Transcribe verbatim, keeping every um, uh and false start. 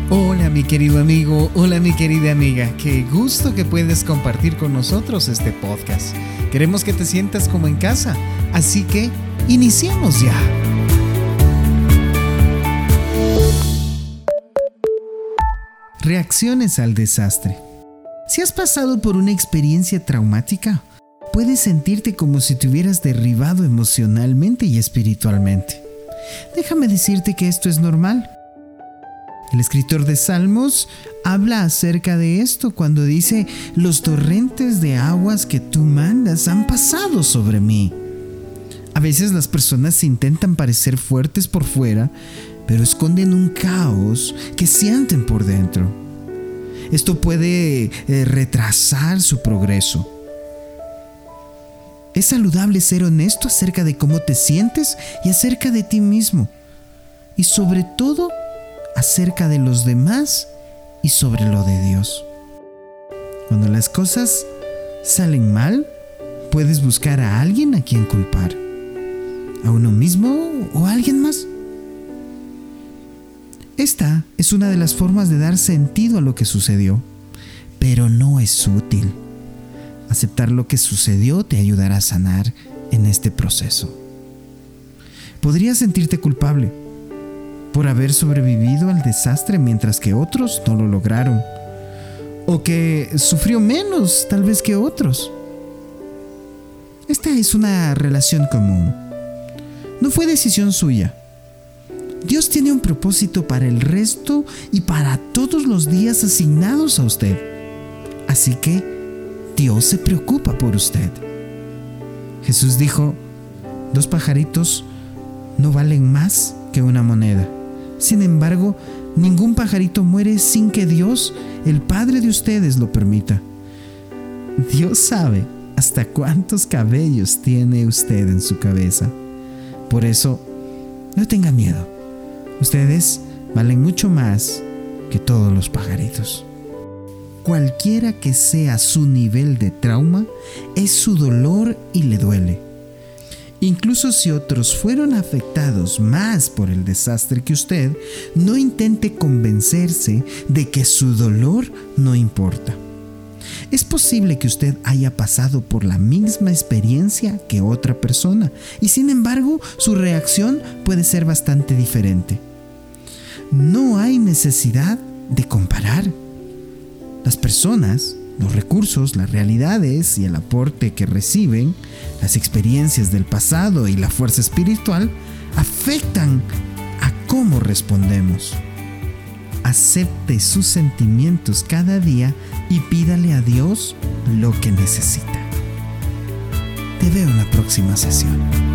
Hola mi querido amigo, hola mi querida amiga, qué gusto que puedes compartir con nosotros este podcast. Queremos que te sientas como en casa, así que iniciemos ya. Reacciones al desastre. Si has pasado por una experiencia traumática, puedes sentirte como si te hubieras derribado emocionalmente y espiritualmente. Déjame decirte que esto es normal. El escritor de Salmos habla acerca de esto cuando dice: los torrentes de aguas que tú mandas han pasado sobre mí. A veces las personas intentan parecer fuertes por fuera, pero esconden un caos que sienten por dentro. Esto puede eh, retrasar su progreso. Es saludable ser honesto acerca de cómo te sientes y acerca de ti mismo. Y sobre todo, acerca de los demás y sobre lo de Dios. Cuando las cosas salen mal, puedes buscar a alguien a quien culpar. ¿A uno mismo o a alguien más? Esta es una de las formas de dar sentido a lo que sucedió, pero no es útil. Aceptar lo que sucedió te ayudará a sanar en este proceso. Podrías sentirte culpable por haber sobrevivido al desastre mientras que otros no lo lograron, o que sufrió menos tal vez que otros. Esta es una relación común. No fue decisión suya. Dios tiene un propósito para el resto y para todos los días asignados a usted. Así que Dios se preocupa por usted. Jesús dijo: dos pajaritos no valen más que una moneda. Sin embargo, ningún pajarito muere sin que Dios, el Padre de ustedes, lo permita. Dios sabe hasta cuántos cabellos tiene usted en su cabeza. Por eso, no tenga miedo. Ustedes valen mucho más que todos los pajaritos. Cualquiera que sea su nivel de trauma, es su dolor y le duele. Incluso si otros fueron afectados más por el desastre que usted, no intente convencerse de que su dolor no importa. Es posible que usted haya pasado por la misma experiencia que otra persona, y sin embargo, su reacción puede ser bastante diferente. No hay necesidad de comparar. Las personas, los recursos, las realidades y el aporte que reciben, las experiencias del pasado y la fuerza espiritual afectan a cómo respondemos. Acepte sus sentimientos cada día y pídale a Dios lo que necesita. Te veo en la próxima sesión.